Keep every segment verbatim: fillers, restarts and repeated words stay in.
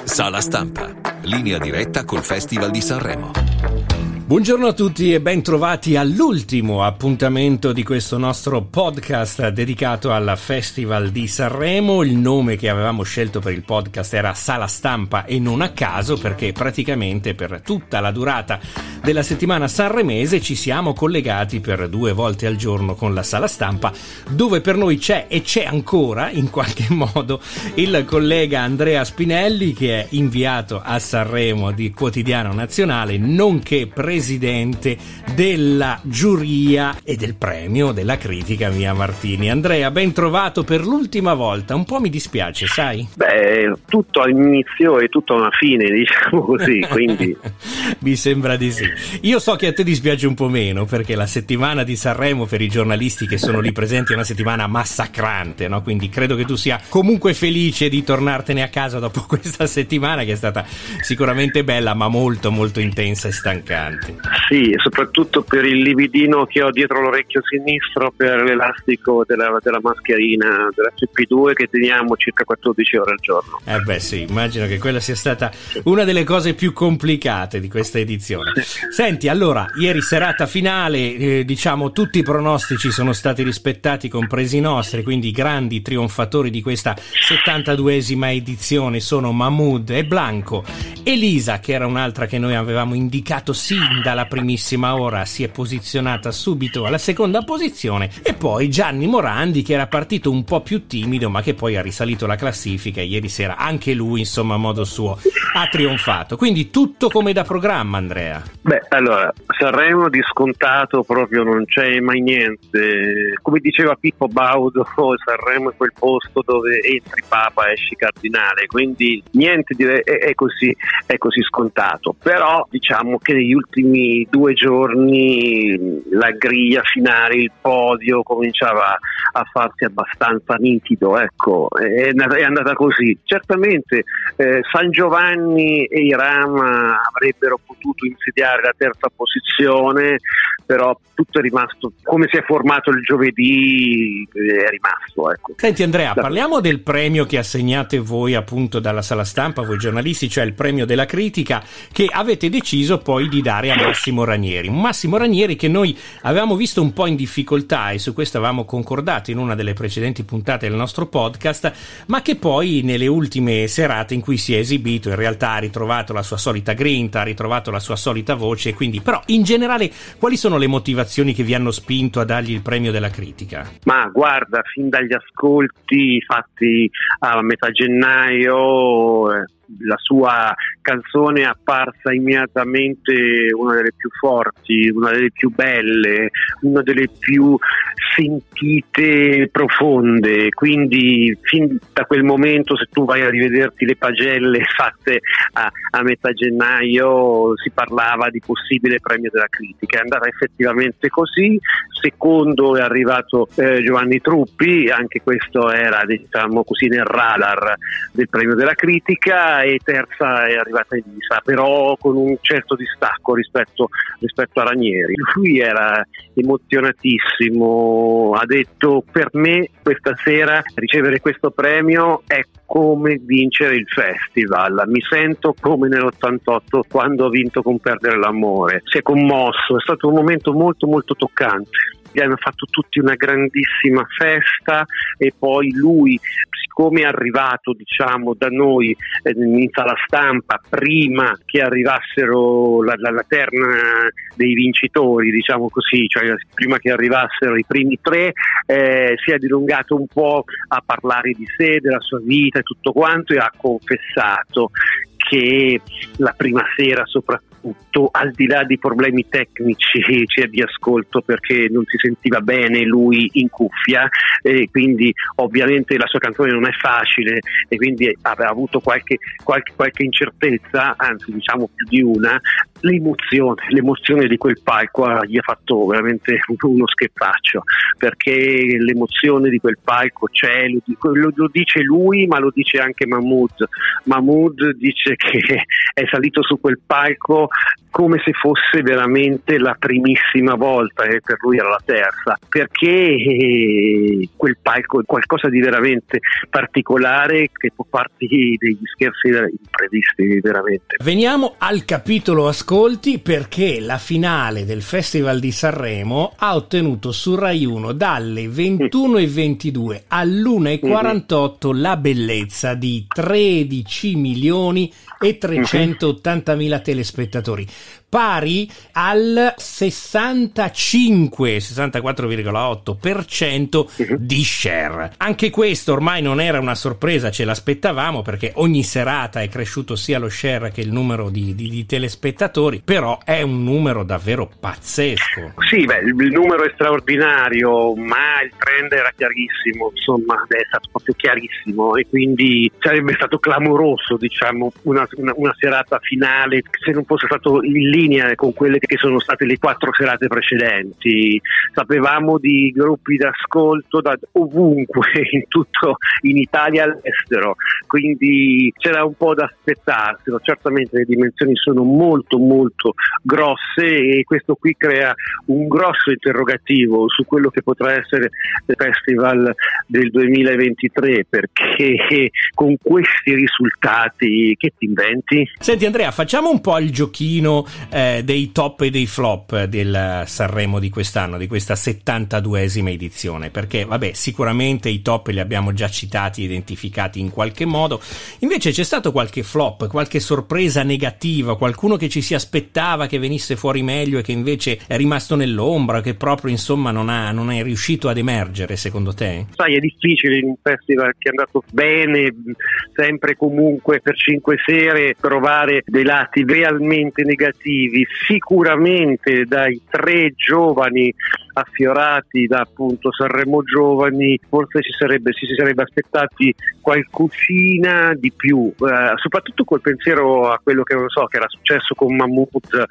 Sala Stampa, linea diretta col Festival di Sanremo. Buongiorno a tutti e ben trovati all'ultimo appuntamento di questo nostro podcast dedicato al Festival di Sanremo. Il nome che avevamo scelto per il podcast era Sala Stampa e non a caso, perché praticamente per tutta la durata della settimana sanremese ci siamo collegati per due volte al giorno con la Sala Stampa, dove per noi c'è e c'è ancora in qualche modo il collega Andrea Spinelli, che è inviato a Sanremo di Quotidiano Nazionale, nonché presidente presidente della giuria e del premio della critica Mia Martini. Andrea, ben trovato per l'ultima volta. Un po' mi dispiace, sai? Beh, tutto all'inizio e tutto alla fine, diciamo così, quindi mi sembra di sì. Io so che a te dispiace un po' meno, perché la settimana di Sanremo per i giornalisti che sono lì presenti è una settimana massacrante, no? Quindi credo che tu sia comunque felice di tornartene a casa dopo questa settimana, che è stata sicuramente bella, ma molto molto intensa e stancante. Sì, soprattutto per il lividino che ho dietro l'orecchio sinistro per l'elastico della, della mascherina della C P due che teniamo circa quattordici ore al giorno. Eh beh sì, immagino che quella sia stata una delle cose più complicate di questa edizione. Senti, allora, ieri serata finale, eh, diciamo tutti i pronostici sono stati rispettati, compresi i nostri, quindi i grandi trionfatori di questa settantaduesima edizione sono Mahmood e Blanco. Elisa, che era un'altra che noi avevamo indicato sin dalla primissima ora, si è posizionata subito alla seconda posizione, e poi Gianni Morandi, che era partito un po' più timido ma che poi ha risalito la classifica e ieri sera anche lui, insomma, a modo suo ha trionfato. Quindi tutto come da programma, Andrea. Beh, allora, Sanremo di scontato proprio non c'è mai niente. Come diceva Pippo Baudo, Sanremo è quel posto dove entri papa, esci cardinale, quindi niente di, è, è così, è così scontato. Però diciamo che negli ultimi due giorni la griglia finale, il podio cominciava a farsi abbastanza nitido, ecco, è, è andata così. Certamente eh, San Giovanni e Irama avrebbero potuto insediare la terza posizione, però tutto è rimasto come si è formato il giovedì, è rimasto, ecco. Senti Andrea, parliamo del premio che assegnate voi appunto dalla Sala Stampa, voi giornalisti, cioè il premio della critica, che avete deciso poi di dare a Massimo Ranieri. Un Massimo Ranieri che noi avevamo visto un po' in difficoltà, e su questo avevamo concordato in una delle precedenti puntate del nostro podcast, ma che poi nelle ultime serate in cui si è esibito in realtà ha ritrovato la sua solita grinta, ha ritrovato la sua solita voce. Quindi, però, in generale, quali sono le motivazioni che vi hanno spinto a dargli il premio della critica? Ma guarda, fin dagli ascolti fatti a metà gennaio, eh, la sua canzone è apparsa immediatamente una delle più forti, una delle più belle, una delle più sentite, profonde. Quindi fin da quel momento, se tu vai a rivederti le pagelle fatte a, a metà gennaio, si parlava di possibile premio della critica. È andata effettivamente così. Secondo è arrivato eh, Giovanni Truppi, anche questo era, diciamo così, nel radar del premio della critica, e terza è arrivata Elisa, però con un certo distacco rispetto, rispetto a Ranieri. Lui era emozionatissimo, ha detto: per me questa sera ricevere questo premio è come vincere il festival, mi sento come nell'ottantotto quando ho vinto con Perdere l'amore. Si è commosso, è stato un momento molto molto toccante. Gli hanno fatto tutti una grandissima festa, e poi lui, siccome è arrivato, diciamo, da noi eh, in Sala Stampa prima che arrivassero la, la, la terna dei vincitori, diciamo così, cioè prima che arrivassero i primi tre, eh, si è dilungato un po' a parlare di sé, della sua vita e tutto quanto, e ha confessato che la prima sera soprattutto, al di là di problemi tecnici cioè di ascolto, perché non si sentiva bene lui in cuffia, e quindi ovviamente la sua canzone non è facile, e quindi aveva avuto qualche, qualche, qualche incertezza, anzi diciamo più di una, l'emozione, l'emozione di quel palco gli ha fatto veramente uno scherzaccio, perché l'emozione di quel palco c'è, lo, lo dice lui, ma lo dice anche Mahmood. Mahmood dice che è salito su quel palco come se fosse veramente la primissima volta, e per lui era la terza, perché quel palco è qualcosa di veramente particolare che può farti degli scherzi imprevisti veramente. Veniamo al capitolo ascolti, perché la finale del Festival di Sanremo ha ottenuto su Rai uno dalle ventuno e ventidue all'una e quarantotto mm-hmm. la bellezza di tredici milioni e trecentottantamila telespettatori, pari al sessantacinque sessantaquattro virgola otto per cento di share. Anche questo ormai non era una sorpresa, ce l'aspettavamo, perché ogni serata è cresciuto sia lo share che il numero di, di, di telespettatori, però è un numero davvero pazzesco. Sì, beh, il, il numero è straordinario, ma il trend era chiarissimo, insomma, è stato proprio chiarissimo, e quindi sarebbe stato clamoroso, diciamo, una, una, una serata finale se non fosse stato il linea con quelle che sono state le quattro serate precedenti. Sapevamo di gruppi d'ascolto da ovunque, in tutto, in Italia e all'estero, quindi c'era un po' da aspettarselo. Certamente le dimensioni sono molto molto grosse, e questo qui crea un grosso interrogativo su quello che potrà essere il festival del duemilaventitré, perché con questi risultati che ti inventi? Senti Andrea, facciamo un po' il giochino eh, dei top e dei flop del Sanremo di quest'anno, di questa settantaduesima edizione, perché vabbè, sicuramente i top li abbiamo già citati, identificati in qualche modo. Invece c'è stato qualche flop, qualche sorpresa negativa, qualcuno che ci si aspettava che venisse fuori meglio e che invece è rimasto nell'ombra, che proprio insomma non ha non è riuscito ad emergere, secondo te? Sai, è difficile in un festival che è andato bene sempre comunque per cinque sere trovare dei lati realmente negativi. Sicuramente dai tre giovani affiorati da appunto Sanremo Giovani forse ci sarebbe, ci si sarebbe aspettati qualcosina di più, eh, soprattutto col pensiero a quello che non so che era successo con Mahmood,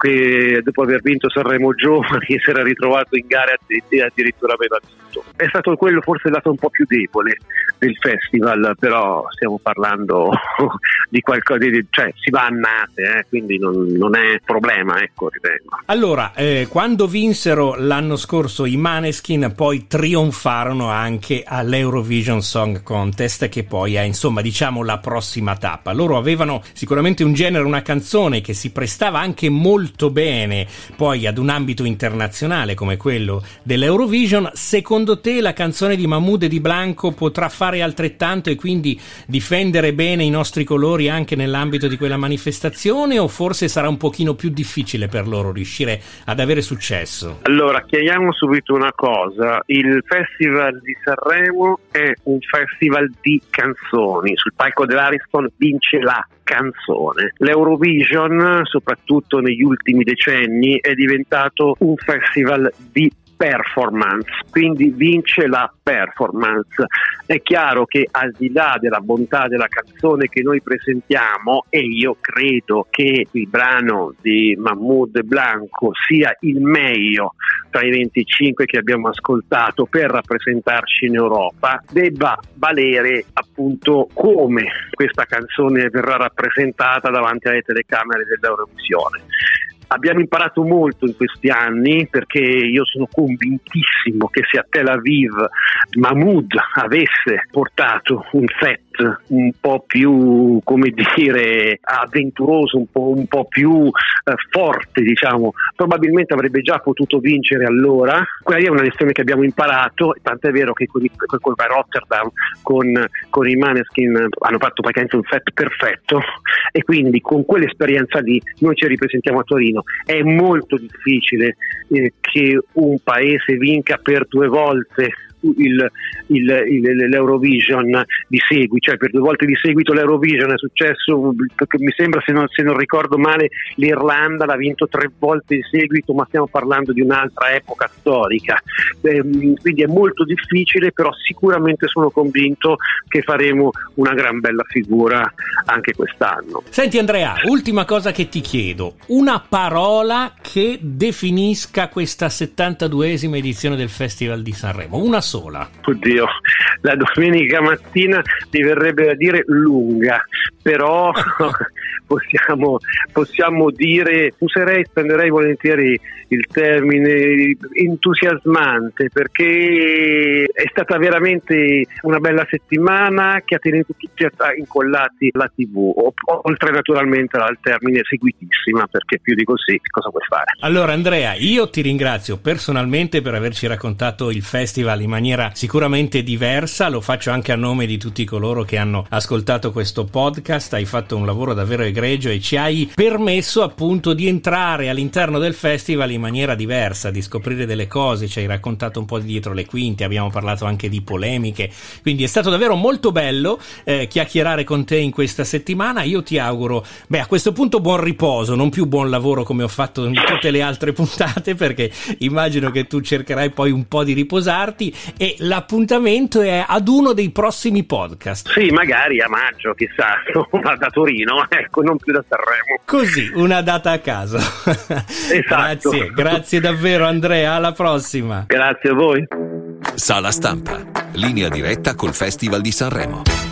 che dopo aver vinto Sanremo Giovani si era ritrovato in gara e addirittura aveva vinto. È stato quello forse il lato un po' più debole del festival, però stiamo parlando di qualcosa di, cioè si va a nate, eh, quindi non, non è problema, ecco, ritengo. Allora, eh, quando vinsero l'anno scorso i Maneskin, poi trionfarono anche all'Eurovision Song Contest, che poi è insomma diciamo la prossima tappa. Loro avevano sicuramente un genere, una canzone che si prestava anche molto bene poi ad un ambito internazionale come quello dell'Eurovision. Secondo te la canzone di Mahmood e di Blanco potrà fare altrettanto e quindi difendere bene i nostri colori anche nell'ambito di quella manifestazione, o forse sarà un pochino più difficile per loro riuscire ad avere successo? Allora, chiariamo subito una cosa: il Festival di Sanremo è un festival di canzoni. Sul palco dell'Ariston vince la canzone. L'Eurovision, soprattutto negli ultimi decenni, è diventato un festival di performance, quindi vince la performance. È chiaro che al di là della bontà della canzone che noi presentiamo, e io credo che il brano di Mahmood e Blanco sia il meglio tra i venticinque che abbiamo ascoltato per rappresentarci in Europa, debba valere appunto come questa canzone verrà rappresentata davanti alle telecamere dell'Eurovisione. Abbiamo imparato molto in questi anni, perché io sono convintissimo che se a Tel Aviv Mahmood avesse portato un set un po' più, come dire, avventuroso, un po', un po' più eh, forte, diciamo, probabilmente avrebbe già potuto vincere allora. Quella è una lezione che abbiamo imparato, tant'è vero che con, con, con Rotterdam, con, con i Maneskin hanno fatto praticamente un set perfetto, e quindi con quell'esperienza lì noi ci ripresentiamo a Torino. È molto difficile eh, che un paese vinca per due volte il, il, il, l'Eurovision di seguito, cioè per due volte di seguito l'Eurovision è successo, mi sembra, se non, se non ricordo male, l'Irlanda l'ha vinto tre volte di seguito, ma stiamo parlando di un'altra epoca storica, eh, quindi è molto difficile, però sicuramente sono convinto che faremo una gran bella figura anche quest'anno. Senti Andrea, ultima cosa che ti chiedo, una parola che definisca questa settantaduesima edizione del Festival di Sanremo, una sola. Oddio, la domenica mattina mi verrebbe da dire lunga, però possiamo, possiamo dire, userei, spenderei volentieri il termine entusiasmante, perché è stata veramente una bella settimana che ha tenuto tutti incollati alla tivù, oltre naturalmente al termine seguitissima, perché più di così cosa puoi fare? Allora Andrea, io ti ringrazio personalmente per averci raccontato il festival in maniera sicuramente diversa, lo faccio anche a nome di tutti coloro che hanno ascoltato questo podcast, hai fatto un lavoro davvero egregio e ci hai permesso appunto di entrare all'interno del festival in maniera diversa, di scoprire delle cose, ci hai raccontato un po' di dietro le quinte, abbiamo parlato anche di polemiche, quindi è stato davvero molto bello eh, chiacchierare con te in questa settimana. Io ti auguro, beh, a questo punto buon riposo, non più buon lavoro come ho fatto in tutte le altre puntate, perché immagino che tu cercherai poi un po' di riposarti, e l'appuntamento è ad uno dei prossimi podcast. Sì, magari a maggio, chissà, da Torino, ecco, non più da Sanremo. Così, una data a caso. Esatto. Grazie, grazie davvero Andrea, alla prossima. Grazie a voi. Sala Stampa, linea diretta col Festival di Sanremo.